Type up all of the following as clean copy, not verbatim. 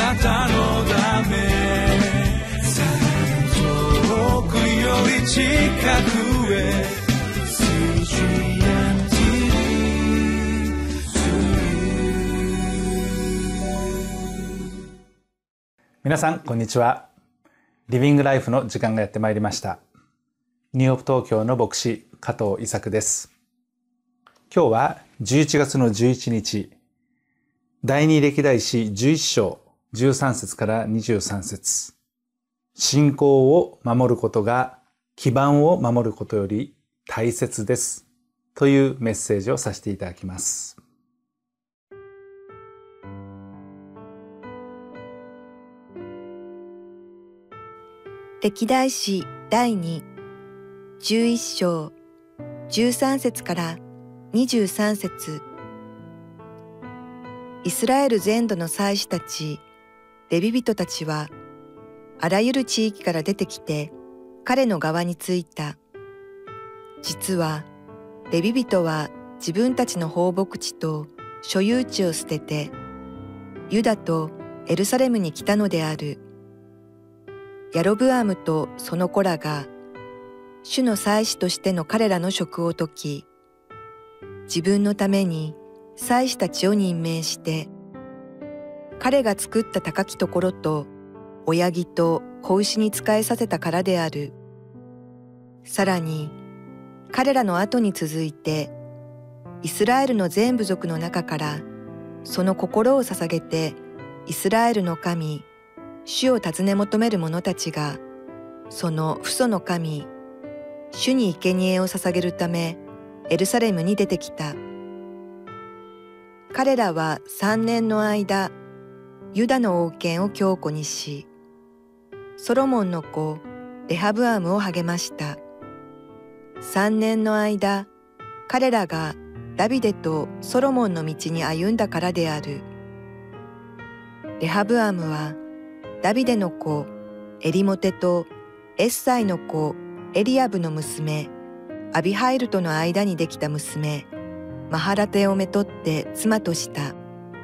なたのため遠くより近くへ皆さんこんにちは。リビングライフの時間がやってまいりました。ニューヨーク東京の牧師加藤伊作です。今日は11月の11日、第二歴代史11章13節から23節、信仰を守ることが基盤を守ることより大切ですというメッセージをさせていただきます。 歴代史第2、11章、13節から23節。イスラエル全土の祭司たち、レビ人たちは、あらゆる地域から出てきて、彼の側についた。実は、レビ人は自分たちの放牧地と所有地を捨てて、ユダとエルサレムに来たのである。ヤロブアムとその子らが、主の祭司としての彼らの職を解き、自分のために祭司たちを任命して、彼が作った高きところと親木と子牛に仕えさせたからである。さらに、彼らの後に続いて、イスラエルの全部族の中から、その心を捧げて、イスラエルの神、主を尋ね求める者たちが、その父祖の神、主に生贄を捧げるため、エルサレムに出てきた。彼らは3年の間、ユダの王権を強固にし、ソロモンの子、レハブアムを励ました。3年の間、彼らがダビデとソロモンの道に歩んだからである。レハブアムは、ダビデの子エリモテとエッサイの子エリアブの娘アビハイルとの間にできた娘マハラテをめとって妻とした。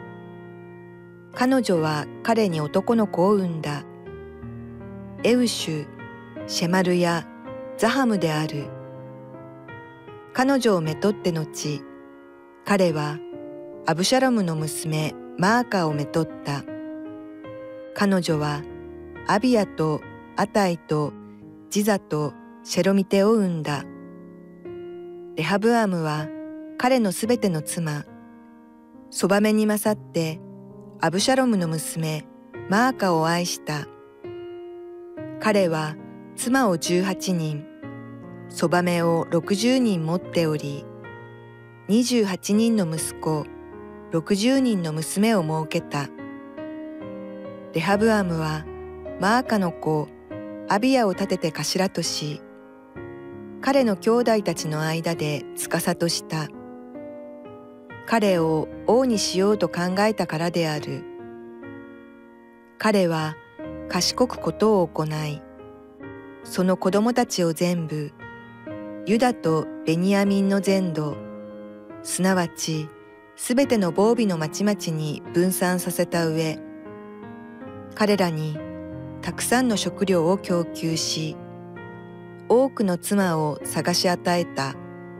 彼女は彼に男の子を産んだ。エウシュ、シェマルヤ、ザハムである。彼女をめとって後、彼はアブシャロムの娘マーカをめとった。彼女はアビヤとアタイとジザとシェロミテを産んだ。レハブアムは彼のすべての妻、そばめに勝ってアブシャロムの娘マーカを愛した。彼は妻を18人、そばめを60人持っており、28人の息子、60人の娘を設けた。レハブアムはマーカの子アビヤを立てて頭とし、彼の兄弟たちの間で司とした。彼を王にしようと考えたからである。彼は賢くことを行い、その子供たちを全部、ユダとベニヤミンの全土、すなわちすべての防備の町々に分散させた上、彼らにたくさんの食料を供給し、多くの妻を探し与えた。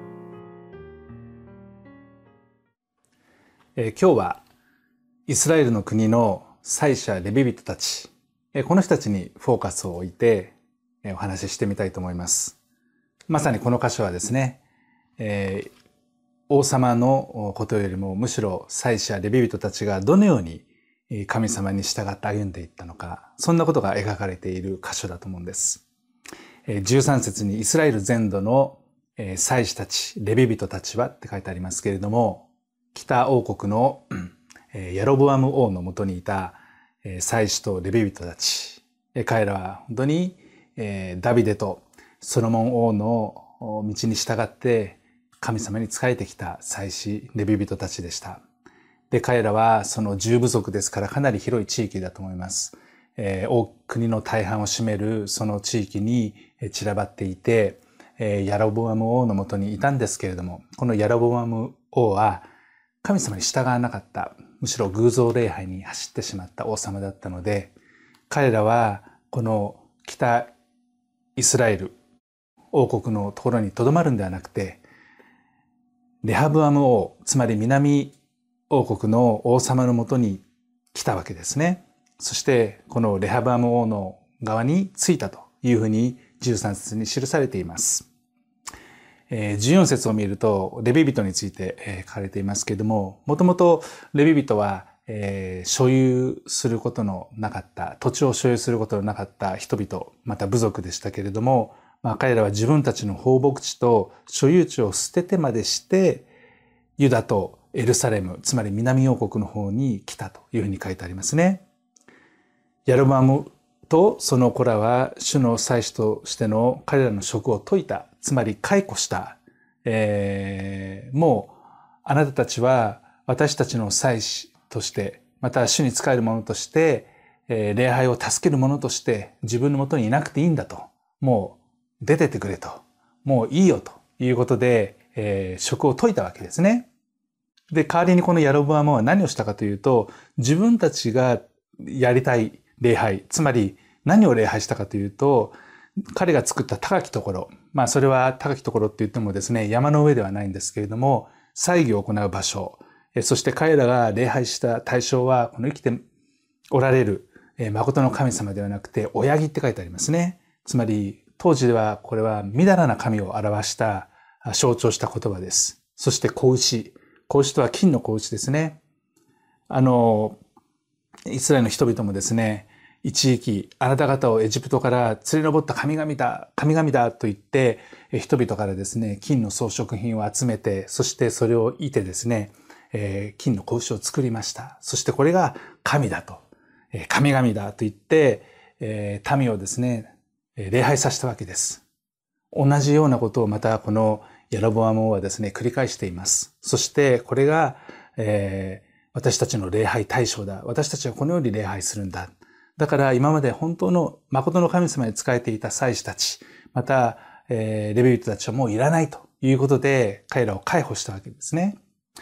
今日はイスラエルの国の祭司やレビ人たち、この人たちにフォーカスを置いてお話ししてみたいと思います。まさにこの箇所はですね、王様のことよりもむしろ祭司やレビ人たちがどのように神様に従って歩んでいったのか、そんなことが描かれている箇所だと思うんです。13節にイスラエル全土の祭司たち、レビ人たちはって書いてありますけれども、北王国のヤロブアム王のもとにいた祭司とレビ人たち、彼らは本当にダビデとソロモン王の道に従って神様に仕えてきた祭司、レビ人たちでした。で、彼らはその10部族ですからかなり広い地域だと思います。国の大半を占めるその地域に散らばっていて、ヤロボアム王のもとにいたんですけれども、このヤロボアム王は神様に従わなかった。 むしろ偶像礼拝に走ってしまった王様だったので、彼らはこの北イスラエル王国のところに留まるんではなくて、レハブアム王、つまり南王国の王様のもとに来たわけですね。そしてこのレハブアム王の側についたというふうに13節に記されています。14節を見るとレビ人について書かれていますけれども、もともとレビ人は所有することのなかった、土地を所有することのなかった人々、また部族でしたけれども、彼らは自分たちの放牧地と所有地を捨ててまでして、ユダとエルサレム、つまり南王国の方に来たというふうに書いてありますね。ヤロボアムとその子らは主の祭司としての彼らの職を解いた、つまり解雇した。もうあなたたちは私たちの祭司として、また主に仕える者として、礼拝を助ける者として自分のもとにいなくていいんだと。もう出てってくれと。もういいよということで、職を解いたわけですね。で、代わりにこのヤロボアムは何をしたかというと、自分たちがやりたい礼拝、つまり何を礼拝したかというと、彼が作った高きところ、それは高きところって言ってもですね、山の上ではないんですけれども、祭儀を行う場所、そして彼らが礼拝した対象は、この生きておられる、誠の神様ではなくて、親木って書いてありますね。つまり、当時ではこれはみだらな神を表した、象徴した言葉です。そして子牛。子牛とは金の子牛ですね。イスラエルの人々もですね、一時期、あなた方をエジプトから連れ上った神々だと言って、人々からですね、金の装飾品を集めて、そしてそれをいてですね、金の子牛を作りました。そしてこれが神だと、神々だと言って、民をですね、礼拝させたわけです。同じようなことをまたこのヤロボアム王はですね、繰り返しています。そしてこれが、私たちの礼拝対象だ。私たちはこのように礼拝するんだ。だから今まで本当の誠の神様に仕えていた祭司たち、また、レビ人たちはもういらないということで彼らを解放したわけですね。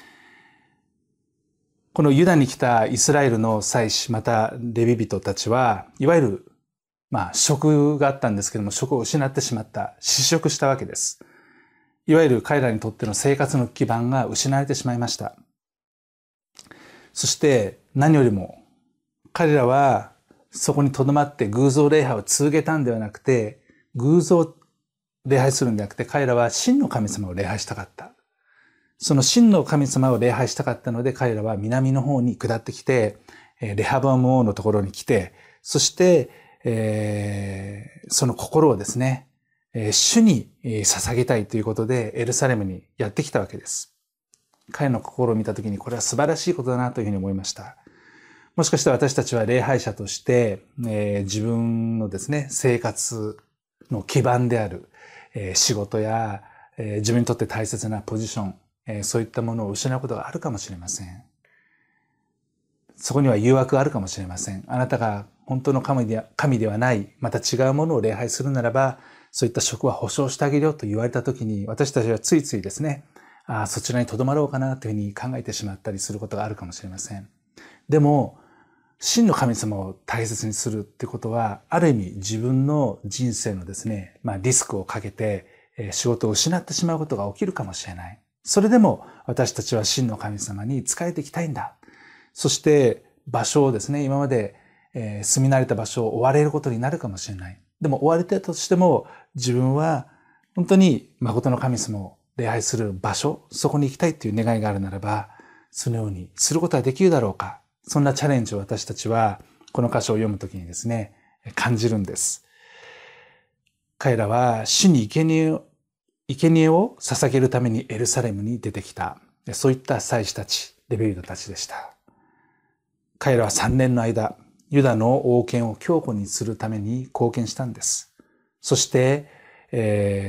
このユダに来たイスラエルの祭司、またレビ人たちは、いわゆる職があったんですけども、職を失ってしまった、失職したわけです。いわゆる彼らにとっての生活の基盤が失われてしまいました。そして何よりも彼らはそこに留まって偶像礼拝を続けたんではなくて、偶像礼拝するんではなくて、彼らは真の神様を礼拝したかった。その真の神様を礼拝したかったので、彼らは南の方に下ってきて、レハブアム王のところに来て、そして、その心をですね、主に捧げたいということでエルサレムにやってきたわけです。彼の心を見たときに、これは素晴らしいことだなというふうに思いました。もしかしたら私たちは礼拝者として、自分のですね、生活の基盤である、仕事や、自分にとって大切なポジション、そういったものを失うことがあるかもしれません。そこには誘惑があるかもしれません。あなたが本当の神ではない、また違うものを礼拝するならば、そういった職は保証してあげるよと言われたときに、私たちはついついですね、そちらに留まろうかなというふうに考えてしまったりすることがあるかもしれません。でも、真の神様を大切にするってことは、ある意味自分の人生のですね、リスクをかけて仕事を失ってしまうことが起きるかもしれない。それでも私たちは真の神様に仕えていきたいんだ。そして場所をですね、今まで住み慣れた場所を追われることになるかもしれない。でも追われてたとしても、自分は本当に誠の神様を礼拝する場所、そこに行きたいという願いがあるならば、そのようにすることはできるだろうか。そんなチャレンジを私たちはこの箇所を読むときにですね、感じるんです。彼らは主に生贄を捧げるためにエルサレムに出てきた。そういった祭司たち、レビ人たちでした。彼らは3年の間、ユダの王権を強固にするために貢献したんです。そして、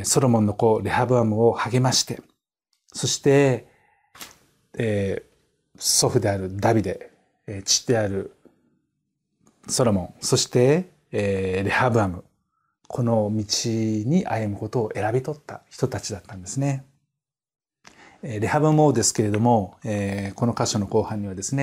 ソロモンの子レハブアムを励まして、そして、祖父であるダビデ、父であるソロモン、そして、レハブアム、この道に歩むことを選び取った人たちだったんですね。レハブアム王ですけれども、この箇所の後半にはですね、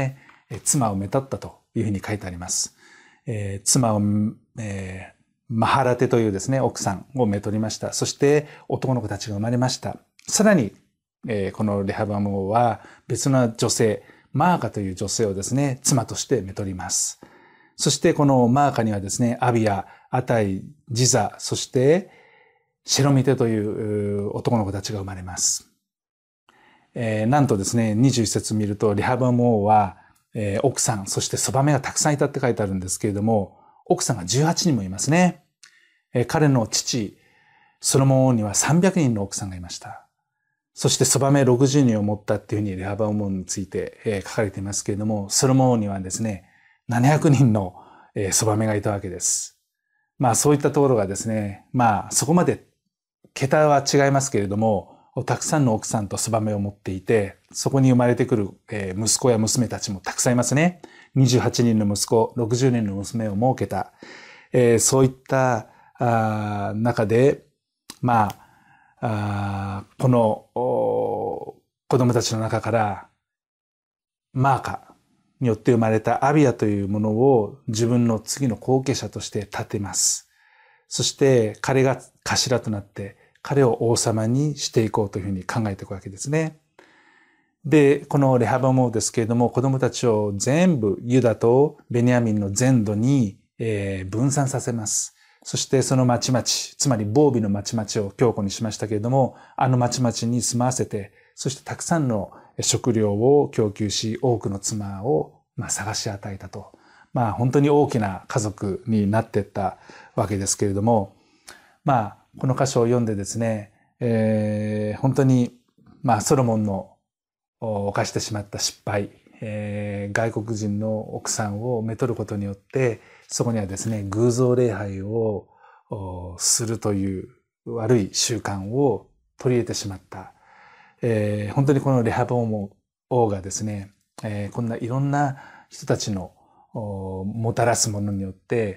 妻をめとったというふうに書いてあります。妻を、マハラテというですね、奥さんをめとりました。そして男の子たちが生まれました。さらに、このレハブアム王は別の女性、マーカという女性をですね、妻としてめとります。そしてこのマーカにはですね、アビヤ、アタイ、ジザ、そしてシェロミテという男の子たちが生まれます。なんとですね、21節見ると、レハブアム王は、奥さん、そしてそばめがたくさんいたって書いてあるんですけれども、奥さんが18人もいますね。彼の父、ソロモン王には300人の奥さんがいました。そしてそばめ60人を持ったっていうふうにレハブアム王について書かれていますけれども、ソロモン王にはですね、700人のそばめがいたわけです。まあそういったところがですね、まあそこまで桁は違いますけれども、たくさんの奥さんとそばめを持っていて、そこに生まれてくる息子や娘たちもたくさんいますね。28人の息子、60人の娘を設けた。そういった中で、まあ、この子供たちの中から、マーカによって生まれたアビヤというものを自分の次の後継者として立てます。そして彼が頭となって、彼を王様にしていこうというふうに考えていくわけですね。で、このレハブアム王ですけれども、子供たちを全部ユダとベニヤミンの全土に分散させます。そしてその町々、つまり防備の町々を強固にしましたけれども、あの町々に住まわせて、そしてたくさんの食料を供給し、多くの妻を探し与えたと。本当に大きな家族になっていったわけですけれども、この箇所を読んでですね、本当に、ソロモンの犯してしまった失敗、外国人の奥さんをめとることによって、そこにはですね、偶像礼拝をするという悪い習慣を取り入れてしまった。本当にこのレハブアム王がですね、こんないろんな人たちのもたらすものによって、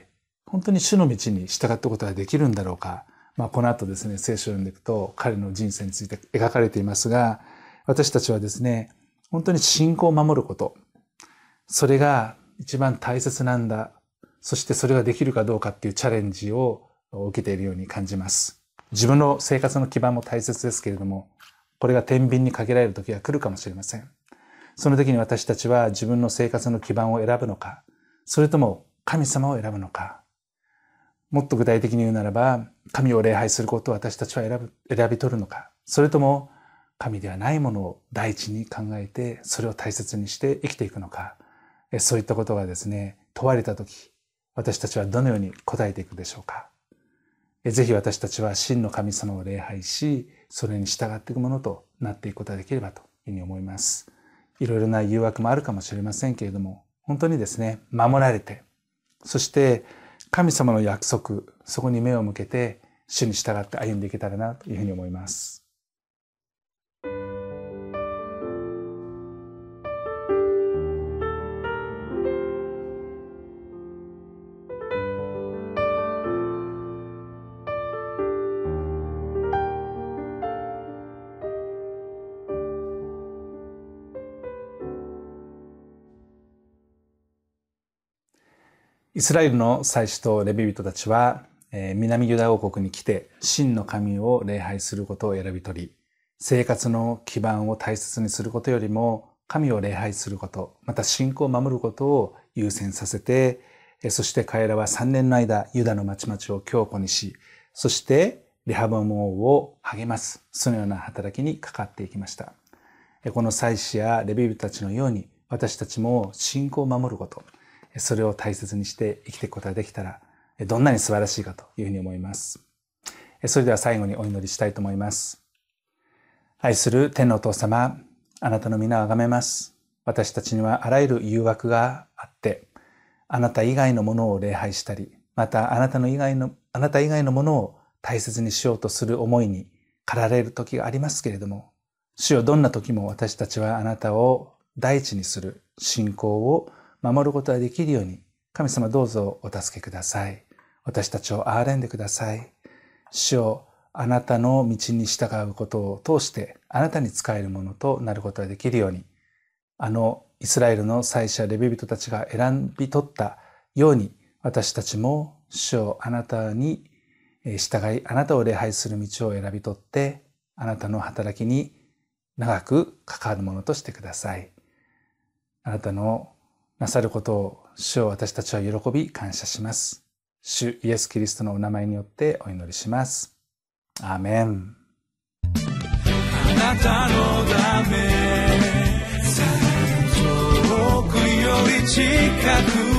本当に主の道に従ったことができるんだろうか。この後ですね、聖書を読んでいくと彼の人生について描かれていますが、私たちはですね、本当に信仰を守ること。それが一番大切なんだ。そしてそれができるかどうかっていうチャレンジを受けているように感じます。自分の生活の基盤も大切ですけれども、これが天秤にかけられる時が来るかもしれません。その時に私たちは自分の生活の基盤を選ぶのか、それとも神様を選ぶのか。もっと具体的に言うならば、神を礼拝することを私たちは選び取るのか、それとも神ではないものを第一に考えて、それを大切にして生きていくのか、そういったことがですね、問われたとき、私たちはどのように答えていくでしょうか。ぜひ私たちは真の神様を礼拝し、それに従っていくものとなっていくことができればというふうに思います。いろいろな誘惑もあるかもしれませんけれども、本当にですね、守られて、そして神様の約束、そこに目を向けて、主に従って歩んでいけたらなというふうに思います。イスラエルの祭司とレビ人たちは、南ユダ王国に来て真の神を礼拝することを選び取り、生活の基盤を大切にすることよりも神を礼拝すること、また信仰を守ることを優先させて、そして彼らは3年の間ユダの町々を強固にし、そしてレハブアム王を励ます、そのような働きにかかっていきました。この祭司やレビ人たちのように私たちも信仰を守ること、それを大切にして生きていくことができたら、どんなに素晴らしいかというふうに思います。それでは最後にお祈りしたいと思います。愛する天のお父様、あなたの皆をあがめます。私たちにはあらゆる誘惑があって、あなた以外のものを礼拝したり、またあなた以外のものを大切にしようとする思いに駆られる時がありますけれども、主よ、どんな時も私たちはあなたを第一にする信仰を守ることができるように、神様どうぞお助けください。私たちを憐れんでください。主よ、あなたの道に従うことを通して、あなたに仕えるものとなることができるように、あのイスラエルの祭司やレビ人たちが選び取ったように、私たちも主よあなたに従い、あなたを礼拝する道を選び取って、あなたの働きに長く関わるものとしてください。あなたのなさることを主よ私たちは喜び感謝します。主イエス・キリストのお名前によってお祈りします。アーメン。 あなたのため遠くより近く